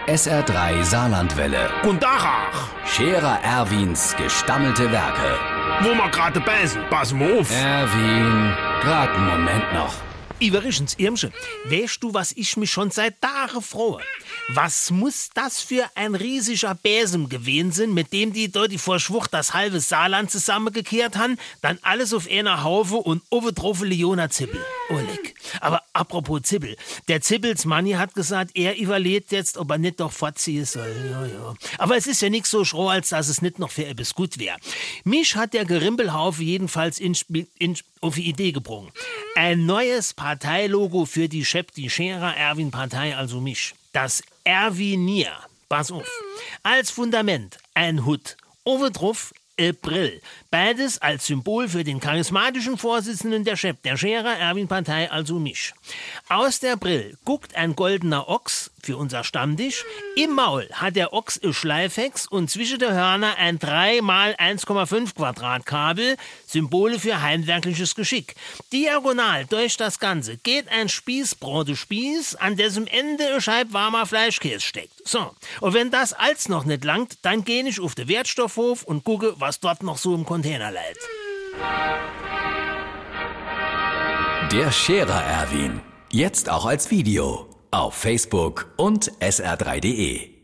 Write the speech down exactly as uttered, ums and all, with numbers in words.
S R drei Saarlandwelle. Guten Tag. Scherer Erwins gestammelte Werke. Wo wir gerade beißen, pass mal auf. Erwin, grad einen Moment noch. Iverichens, Irmsche, weißt du, was ich mich schon seit Tagen freue? Was muss das für ein riesiger Besen gewesen sein, mit dem die dort die vor Schwucht das halbe Saarland zusammengekehrt haben, dann alles auf einer Haufe und oben drauf Leona Zippel. Oleg. Aber apropos Zippel, der Zippels Manni hat gesagt, er überlegt jetzt, ob er nicht doch fortziehen soll. Ja, ja. Aber es ist ja nicht so schroh, als dass es nicht noch für etwas gut wäre. Mich hat der Gerimpelhaufe jedenfalls in, in, auf die Idee gebrungen. Ein neues Parteilogo für die Chef, die Scherer Erwin Partei, also mich. Das Erwinier. Pass auf. Als Fundament ein Hut. Oben drauf eine Brill. Beides als Symbol für den charismatischen Vorsitzenden der Chef, der Scherer Erwin Partei, also mich. Aus der Brill guckt ein goldener Ochs für unser Stammtisch. Im Maul hat der Ochs ein Schleifhex und zwischen den Hörner ein drei mal eins Komma fünf Quadratkabel, Symbole für handwerkliches Geschick. Diagonal durch das Ganze geht ein Spießbrotespieß, an dessen Ende ein Scheib warmer Fleischkäse steckt. So, und wenn das als noch nicht langt, dann gehe ich auf den Wertstoffhof und gucke, was dort noch so im Container liegt. Der Scherer Erwin. Jetzt auch als Video. Auf Facebook und S R drei punkt de.